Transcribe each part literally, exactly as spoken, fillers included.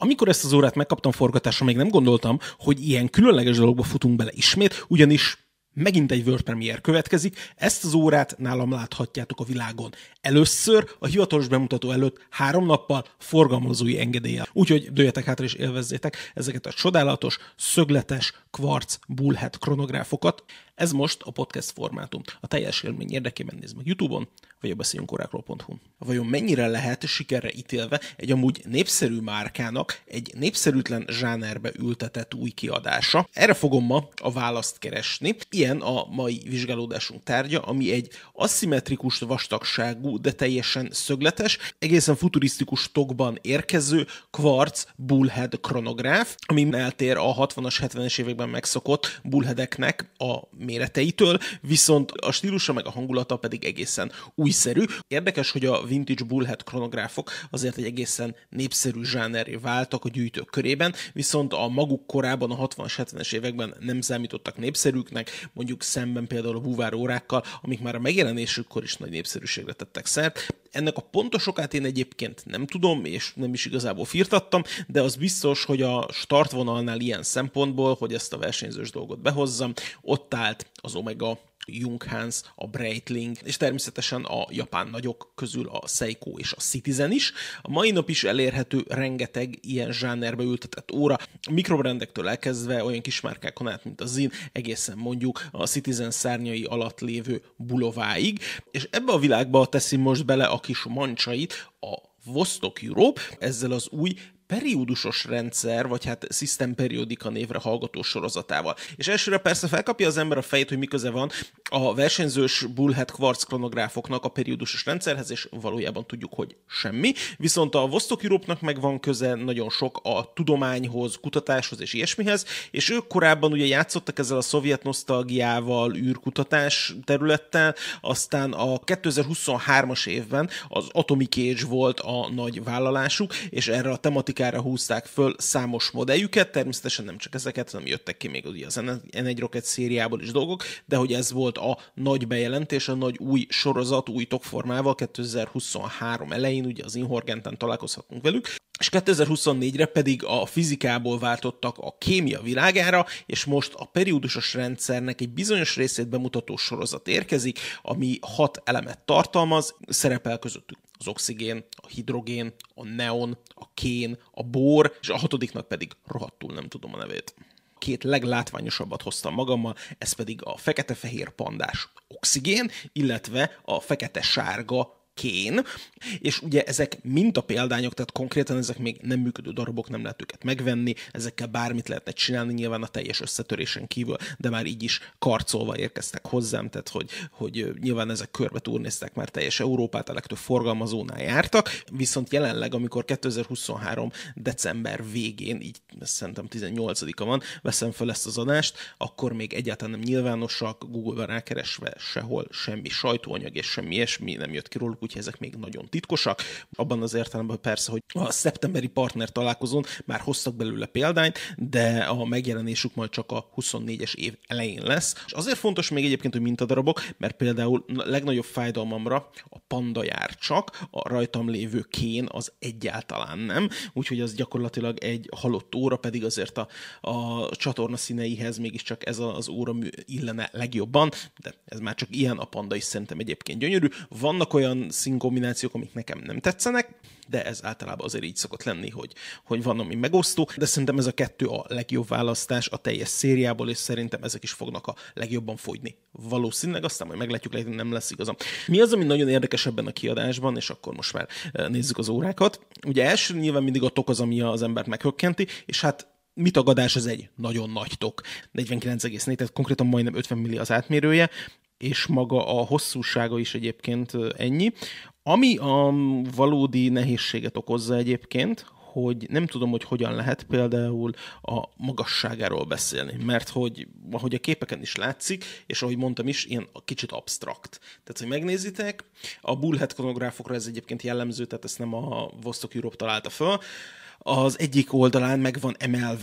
Amikor ezt az órát megkaptam forgatásra, még nem gondoltam, hogy ilyen különleges dologba futunk bele ismét, ugyanis megint egy World Premiere következik, ezt az órát nálam láthatjátok a világon. Először a hivatalos bemutató előtt három nappal forgalmazói engedéllyel. Úgyhogy dőljetek hátra és élvezzétek ezeket a csodálatos, szögletes, kvarc, bullhead kronográfokat. Ez most a podcast formátum. A teljes élmény érdekében nézd meg YouTube-on, vagy a beszéljünk órákról pont hu. Vajon mennyire lehet sikerre ítélve egy amúgy népszerű márkának egy népszerűtlen zsánerbe ültetett új kiadása? Erre fogom ma a választ keresni. Ilyen a mai vizsgálódásunk tárgya, ami egy aszimmetrikus vastagságú, de teljesen szögletes, egészen futurisztikus tokban érkező kvarc bullhead kronográf, ami eltér a hatvanas, hetvenes években megszokott bullheadeknek a méreteitől, viszont a stílusa meg a hangulata pedig egészen újszerű. Érdekes, hogy a vintage bullhead kronográfok azért egy egészen népszerű zsánerré váltak a gyűjtők körében, viszont a maguk korában, a hatvanas, hetvenes években nem számítottak népszerűknek, mondjuk szemben például a búvár órákkal, amik már a megjelenésükkor is nagy népszerűségre tettek szert. Ennek a pontos okát én egyébként nem tudom, és nem is igazából firtattam, de az biztos, hogy a startvonalnál ilyen szempontból, hogy ezt a versenyzős dolgot behozzam, ott állt az Omega, Junghans, a Breitling, és természetesen a japán nagyok közül a Seiko és a Citizen is. A mai nap is elérhető rengeteg ilyen zsánerbe ültetett óra, mikrobrandektől elkezdve olyan kismárkákon át, mint a Zin, egészen mondjuk a Citizen szárnyai alatt lévő Bulováig, és ebbe a világba teszi most bele a kis mancsait a Vostok Europe, ezzel az új periódusos rendszer, vagy hát System Periodica névre hallgató sorozatával. És elsőre persze felkapja az ember a fejét, hogy mi köze van a versenyzős bullhead kvarc kronográfoknak a periódusos rendszerhez, és valójában tudjuk, hogy semmi. Viszont a Vostok Europe-nak meg van köze nagyon sok a tudományhoz, kutatáshoz és ilyesmihez, és ők korábban ugye játszottak ezzel a szovjet nosztalgiával, űrkutatás területtel, aztán a kétezer-huszonhármas évben az Atomic Age volt a nagy vállalásuk, és erre a tematikára húzták föl számos modelljüket, természetesen nem csak ezeket, hanem jöttek ki még ugye az en egy Rocket szériából is dolgok, de hogy ez volt a nagy bejelentés, a nagy új sorozat, új tokformával kétezer-huszonhárom elején, ugye az Inhorgenten találkozhatunk velük, és kétezer-huszonnégyre pedig a fizikából váltottak a kémia világára, és most a periódusos rendszernek egy bizonyos részét bemutató sorozat érkezik, ami hat elemet tartalmaz, szerepel közöttük az oxigén, a hidrogén, a neon, a kén, a bór, és a hatodiknak pedig rohadtul nem tudom a nevét. Két leglátványosabbat hoztam magammal, ez pedig a fekete-fehér pandás oxigén, illetve a fekete-sárga kén, és ugye ezek mintapéldányok, tehát konkrétan ezek még nem működő darabok, nem lehet őket megvenni, ezekkel bármit lehetne csinálni, nyilván a teljes összetörésen kívül, de már így is karcolva érkeztek hozzám, tehát hogy, hogy nyilván ezek körbe turnéztek már teljes Európát, a legtöbb forgalmazónál jártak, viszont jelenleg, amikor kétezer-huszonhárom december végén, így szerintem tizennyolcadika van, veszem fel ezt az adást, akkor még egyáltalán nem nyilvánosak, Google-ban rákeresve sehol semmi sajtóanyag és semmi ilyesmi nem jött ki róluk, úgyhogy ezek még nagyon titkosak. Abban az értelemben persze, hogy a szeptemberi partner találkozón már hoztak belőle példányt, de a megjelenésük majd csak a huszonnégyes év elején lesz. És azért fontos még egyébként, hogy mintadarabok, mert például a legnagyobb fájdalmamra a panda jár csak, a rajtam lévő kén az egyáltalán nem, úgyhogy az gyakorlatilag egy halott óra, pedig azért a, a csatorna színeihez mégiscsak ez az óra illene legjobban, de ez már csak ilyen, a panda is szerintem egyébként gyönyörű. Vannak olyan színkombinációk, amik nekem nem tetszenek, de ez általában azért így szokott lenni, hogy, hogy van, ami megosztó, de szerintem ez a kettő a legjobb választás a teljes szériából, és szerintem ezek is fognak a legjobban fogyni. Valószínűleg, aztán majd meglátjuk, lehet, nem lesz igazam. Mi az, ami nagyon érdekes ebben a kiadásban, és akkor most már nézzük az órákat. Ugye első nyilván mindig a tok az, ami az embert meghökkenti, és hát mitagadás az egy nagyon nagy tok. negyvenkilenc egész négy, tehát konkrétan majdnem ötven milli az átmérője, és maga a hosszúsága is egyébként ennyi. Ami a valódi nehézséget okozza egyébként, hogy nem tudom, hogy hogyan lehet például a magasságáról beszélni, mert hogy ahogy a képeken is látszik, és ahogy mondtam is, ilyen kicsit absztrakt. Tehát, hogy megnézitek, a bullhead kronográfokra ez egyébként jellemző, tehát ezt nem a Vostok Europe találta föl, az egyik oldalán meg van emelve,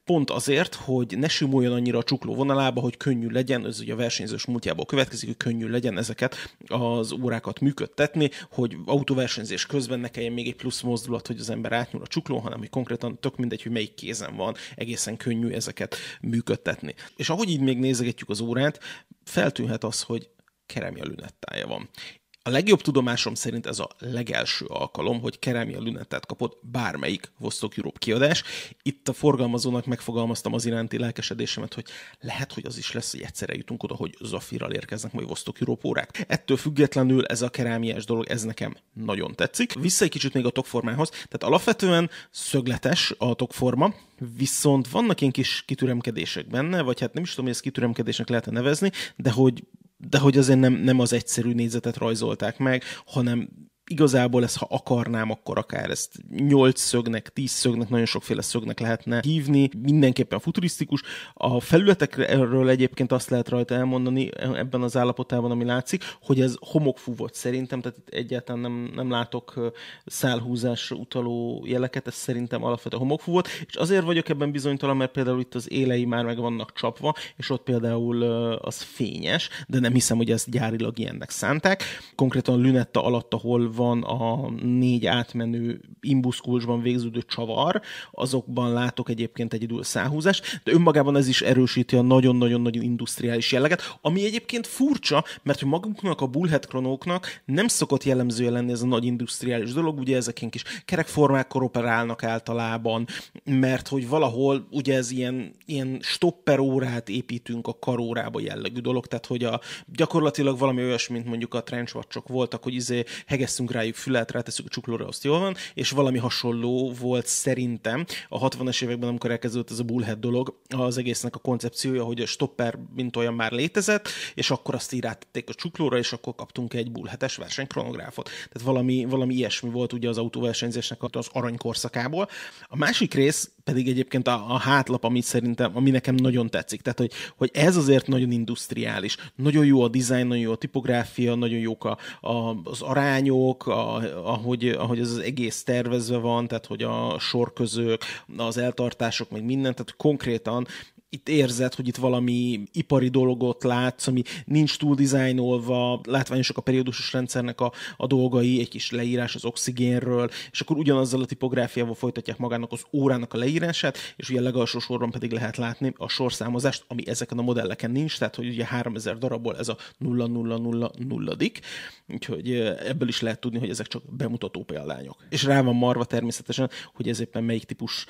pont azért, hogy ne simuljon annyira a csukló vonalába, hogy könnyű legyen, ez ugye a versenyzős múltjából következik, hogy könnyű legyen ezeket az órákat működtetni, hogy autóversenyzés közben ne kelljen még egy plusz mozdulat, hogy az ember átnyúl a csuklón, hanem hogy konkrétan tök mindegy, hogy melyik kézen van, egészen könnyű ezeket működtetni. És ahogy így még nézegetjük az órát, feltűnhet az, hogy kerámia lünettája van. A legjobb tudomásom szerint ez a legelső alkalom, hogy kerámia lünettát kapott bármelyik Vostok Europe kiadás. Itt a forgalmazónak megfogalmaztam az iránti lelkesedésemet, hogy lehet, hogy az is lesz, hogy egyszerre jutunk oda, hogy Zafirral érkeznek majd Vostok Europe órák. Ettől függetlenül ez a kerámiás dolog, ez nekem nagyon tetszik. Vissza egy kicsit még a tokformához, tehát alapvetően szögletes a tokforma, viszont vannak ilyen kis kitüremkedések benne, vagy hát nem is tudom, hogy ezt kitüremkedésnek lehet nevezni, de hogy de hogy azért nem, nem az egyszerű négyzetet rajzolták meg, hanem igazából ezt, ha akarnám, akkor akár ezt nyolc szögnek, tíz szögnek, nagyon sokféle szögnek lehetne hívni, mindenképpen futurisztikus. A felületekről egyébként azt lehet rajta elmondani ebben az állapotában, ami látszik, hogy ez homokfú volt szerintem, tehát egyáltalán nem, nem látok szálhúzásra utaló jeleket, ez szerintem alapvetően homokfú volt, és azért vagyok ebben bizonytalan, mert például itt az élei már meg vannak csapva, és ott például az fényes, de nem hiszem, hogy ezt gyárilag ilyennek szánták. Konkrétan a lünetta alatt, ahol van a négy átmenő imbuszkulcsban végződő csavar, azokban látok egyébként egyedül szálhúzást, de önmagában ez is erősíti a nagyon-nagyon-nagyon industriális jelleget, ami egyébként furcsa, mert hogy magunknak a bullhead kronóknak nem szokott jellemzője lenni ez a nagy industriális dolog, ugye ezek ilyen kis kerekformákkal operálnak általában, mert hogy valahol ugye ez ilyen, ilyen stopper órát építünk a karórába jellegű dolog, tehát hogy a, gyakorlatilag valami olyasmi, mint mondjuk a trenchwatchok voltak, hogy izé hegesztünk rájuk fület, ráteszünk a csuklóra, azt jól van, és valami hasonló volt szerintem a hatvanas években, amikor elkezdődött ez a bullhead dolog, az egésznek a koncepciója, hogy a stopper mint olyan már létezett, és akkor azt így rátették a csuklóra, és akkor kaptunk egy bullheades versenykronográfot. Tehát valami, valami ilyesmi volt ugye az autóversenyzésnek az aranykorszakából. A másik rész pedig egyébként a, a hátlap, amit szerintem, ami nekem nagyon tetszik. Tehát, hogy, hogy ez azért nagyon industriális. Nagyon jó a dizájn, nagyon jó a tipográfia, nagyon jók a, a, az arányok, a, ahogy, ahogy ez az egész tervezve van, tehát, hogy a sorközök, az eltartások, meg minden, tehát konkrétan itt érzed, hogy itt valami ipari dolgot látsz, ami nincs túl dizájnolva, látványosak a periódusos rendszernek a, a dolgai, egy kis leírás az oxigénről, és akkor ugyanazzal a tipográfiával folytatják magának az órának a leírását, és ugye a legalsó sorban pedig lehet látni a sorszámozást, ami ezeken a modelleken nincs, tehát hogy ugye háromezer darabból ez a nulla nulla nulla nulladik, úgyhogy ebből is lehet tudni, hogy ezek csak bemutató példányok. És rá van marva természetesen, hogy ez éppen melyik típus,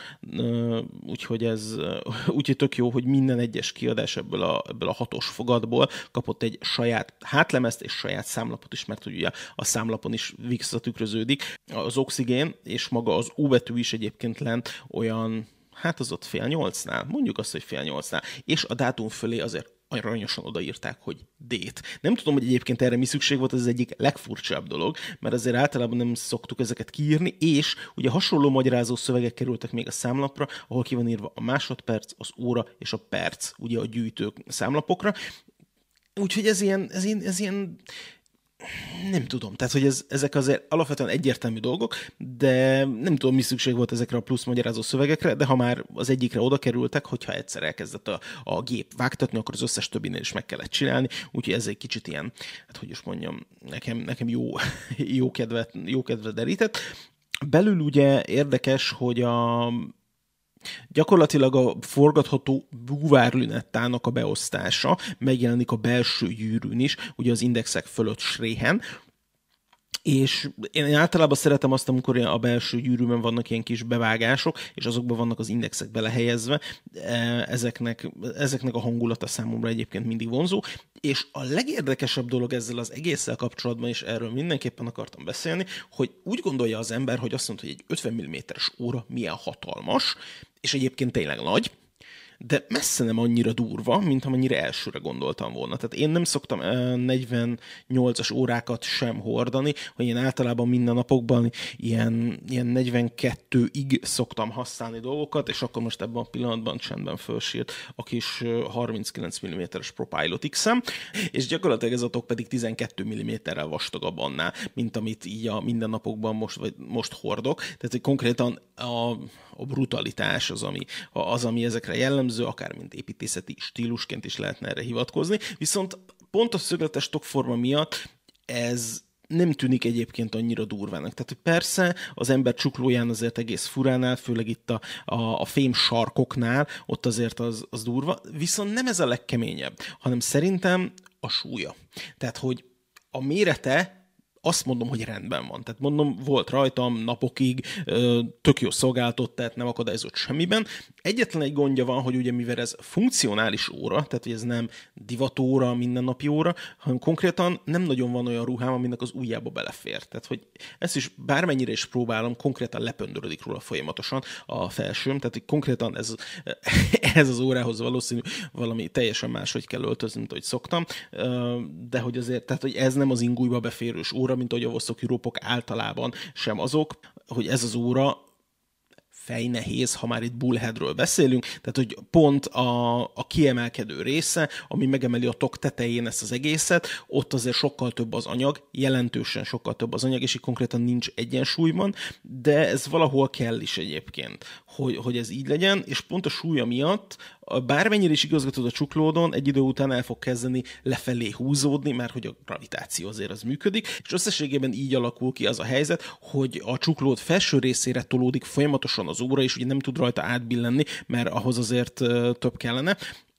úgyhogy ez úgyhogy tök jó, hogy minden egyes kiadás ebből a, ebből a hatos fogatból kapott egy saját hátlemezt és saját számlapot is, mert ugye a számlapon is visszatükröződik. Az oxigén és maga az U betű is egyébként lent olyan, hát az ott fél nyolcnál, mondjuk azt, hogy fél nyolcnál, és a dátum fölé azért aranyosan odaírták, hogy dét. Nem tudom, hogy egyébként erre mi szükség volt, ez az egyik legfurcsább dolog, mert azért általában nem szoktuk ezeket kiírni, és ugye hasonló magyarázó szövegek kerültek még a számlapra, ahol ki van írva a másodperc, az óra és a perc, ugye a gyűjtők számlapokra. Úgyhogy ez ilyen, ez ilyen, ez ilyen nem tudom, tehát hogy ez, ezek azért alapvetően egyértelmű dolgok, de nem tudom, mi szükség volt ezekre a plusz magyarázó szövegekre, de ha már az egyikre oda kerültek, hogyha egyszer elkezdett a, a gép vágtatni, akkor az összes többinél is meg kellett csinálni, úgyhogy ez egy kicsit ilyen, hát hogy is mondjam, nekem, nekem jó, jó, kedvet, jó kedvet derített. Belül ugye érdekes, hogy a gyakorlatilag a forgatható búvárlünettának a beosztása megjelenik a belső gyűrűn is, ugye az indexek fölött sréhen, és én általában szeretem azt, amikor a belső gyűrűben vannak ilyen kis bevágások, és azokban vannak az indexek belehelyezve. Ezeknek, ezeknek a hangulata számomra egyébként mindig vonzó. És a legérdekesebb dolog ezzel az egésszel kapcsolatban, és erről mindenképpen akartam beszélni, hogy úgy gondolja az ember, hogy azt mondta, hogy egy ötven milliméteres óra milyen hatalmas, és egyébként tényleg nagy, de messze nem annyira durva, mint amennyire elsőre gondoltam volna. Tehát én nem szoktam negyvennyolcas órákat sem hordani, hogy én általában minden napokban ilyen, ilyen negyvenkettőig szoktam használni dolgokat, és akkor most ebben a pillanatban csendben fölsírt a kis harminckilenc milliméteres ProPilot X-em, és gyakorlatilag ez a tok pedig tizenkét milliméterrel vastagabb annál, mint amit így a mindennapokban most, vagy most hordok. Tehát, hogy konkrétan a, a brutalitás az ami, az, ami ezekre jellemző, akár mint építészeti stílusként is lehetne erre hivatkozni. Viszont pont a szögletes tokforma miatt ez nem tűnik egyébként annyira durvának. Tehát, hogy persze az ember csuklóján azért egész furánál, főleg itt a, a, a fém sarkoknál, ott azért az, az durva, viszont nem ez a legkeményebb, hanem szerintem a súlya. Tehát, hogy a mérete azt mondom, hogy rendben van. Tehát mondom, volt rajtam napokig, tök jó szolgáltat, tehát nem akadályozott semmiben. Egyetlen egy gondja van, hogy ugye mivel ez funkcionális óra, tehát hogy ez nem divatóra, mindennapi óra, hanem konkrétan nem nagyon van olyan ruhám, aminek az ujjába belefér. Tehát, hogy ezt is bármennyire is próbálom, konkrétan lepöndörödik róla folyamatosan a felsőm, tehát hogy konkrétan ez, ez az órához valószínű valami teljesen máshogy kell öltözni, mint ahogy szoktam, de hogy azért, tehát hogy ez nem az ingújba beférős óra, mint ahogy a Vostok Europok általában sem azok, hogy ez az óra fejnehéz, ha már itt bullheadről beszélünk, tehát hogy pont a, a kiemelkedő része, ami megemeli a tok tetején ezt az egészet, ott azért sokkal több az anyag, jelentősen sokkal több az anyag, és így konkrétan nincs egyensúlyban, de ez valahol kell is egyébként, hogy, hogy ez így legyen, és pont a súlya miatt, bármennyire is igazgatod a csuklódon, egy idő után el fog kezdeni lefelé húzódni, mert hogy a gravitáció azért az működik, és összességében így alakul ki az a helyzet, hogy a csuklód felső részére tolódik folyamatosan az óra, és ugye nem tud rajta átbillenni, mert ahhoz azért több kellene,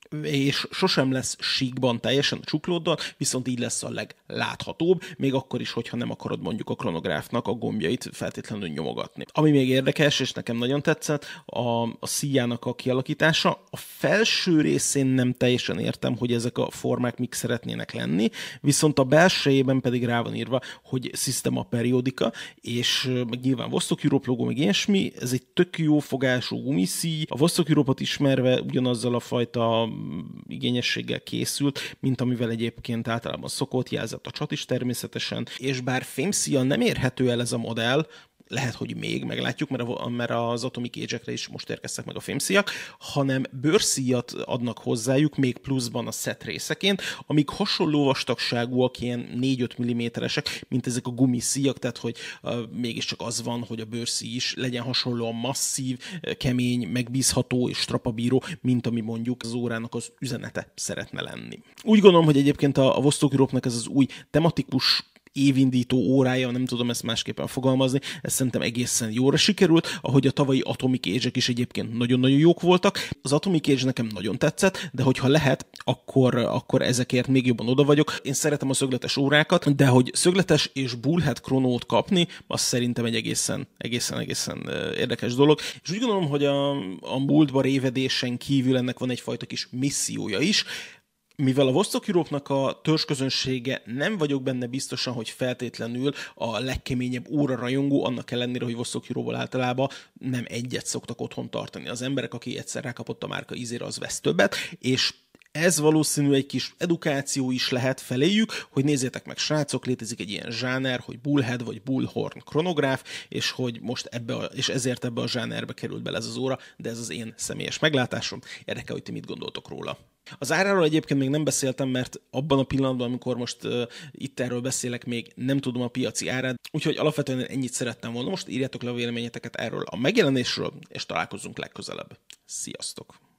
és sosem lesz síkban teljesen a csuklóddal, viszont így lesz a legláthatóbb, még akkor is, hogyha nem akarod mondjuk a kronográfnak a gombjait feltétlenül nyomogatni. Ami még érdekes, és nekem nagyon tetszett, a, a szíjának a kialakítása. A felső részén nem teljesen értem, hogy ezek a formák mik szeretnének lenni, viszont a belsejében pedig rá van írva, hogy Systema Periodica, és meg nyilván Vostok Europe logó, meg ilyesmi, ez egy tök jó fogású gumiszíj. A Vostok Europe-ot ismerve ugyanazzal a fajta igényességgel készült, mint amivel egyébként általában szokott, jelzett a csat is természetesen, és bár fémszíjjal nem érhető el ez a modell, lehet, hogy még meglátjuk, mert, a, mert az Atomic Age-ekre is most érkeztek meg a fémszíjak, hanem bőrszíjat adnak hozzájuk, még pluszban a set részeként, amik hasonló vastagságúak, ilyen négy-öt milliméteresek, mint ezek a gumiszíjak, tehát hogy uh, mégiscsak az van, hogy a bőrszíj is legyen hasonlóan masszív, kemény, megbízható és strapabíró, mint ami mondjuk az órának az üzenete szeretne lenni. Úgy gondolom, hogy egyébként a, a Vostok Europe-nek ez az új tematikus évindító órája, nem tudom ezt másképpen fogalmazni, ez szerintem egészen jóra sikerült, ahogy a tavalyi Atomic Age-ek is egyébként nagyon-nagyon jók voltak. Az Atomic Age nekem nagyon tetszett, de hogyha lehet, akkor, akkor ezekért még jobban oda vagyok. Én szeretem a szögletes órákat, de hogy szögletes és bullhead kronót kapni, az szerintem egy egészen, egészen, egészen érdekes dolog. És úgy gondolom, hogy a, a múltba révedésen kívül ennek van egyfajta kis missziója is. Mivel a Vostok Europe-nak a törzsközönsége nem vagyok benne biztosan, hogy feltétlenül a legkeményebb óra rajongó, annak ellenére, hogy Vostok Europe-ból általában nem egyet szoktak otthon tartani az emberek, aki egyszer rákapott a márka ízére, az vesz többet, és ez valószínű egy kis edukáció is lehet feléjük, hogy nézzétek meg, srácok, létezik egy ilyen zsáner, hogy bullhead vagy bullhorn kronográf, és hogy most ebbe a, és ezért ebbe a zsánerbe került bele ez az óra, de ez az én személyes meglátásom. Érdekel, hogy ti mit gondoltok róla. Az áráról egyébként még nem beszéltem, mert abban a pillanatban, amikor most uh, itt erről beszélek, még nem tudom a piaci árát, úgyhogy alapvetően ennyit szerettem volna. Most írjátok le a véleményeteket erről a megjelenésről, és találkozunk legközelebb. Sziasztok!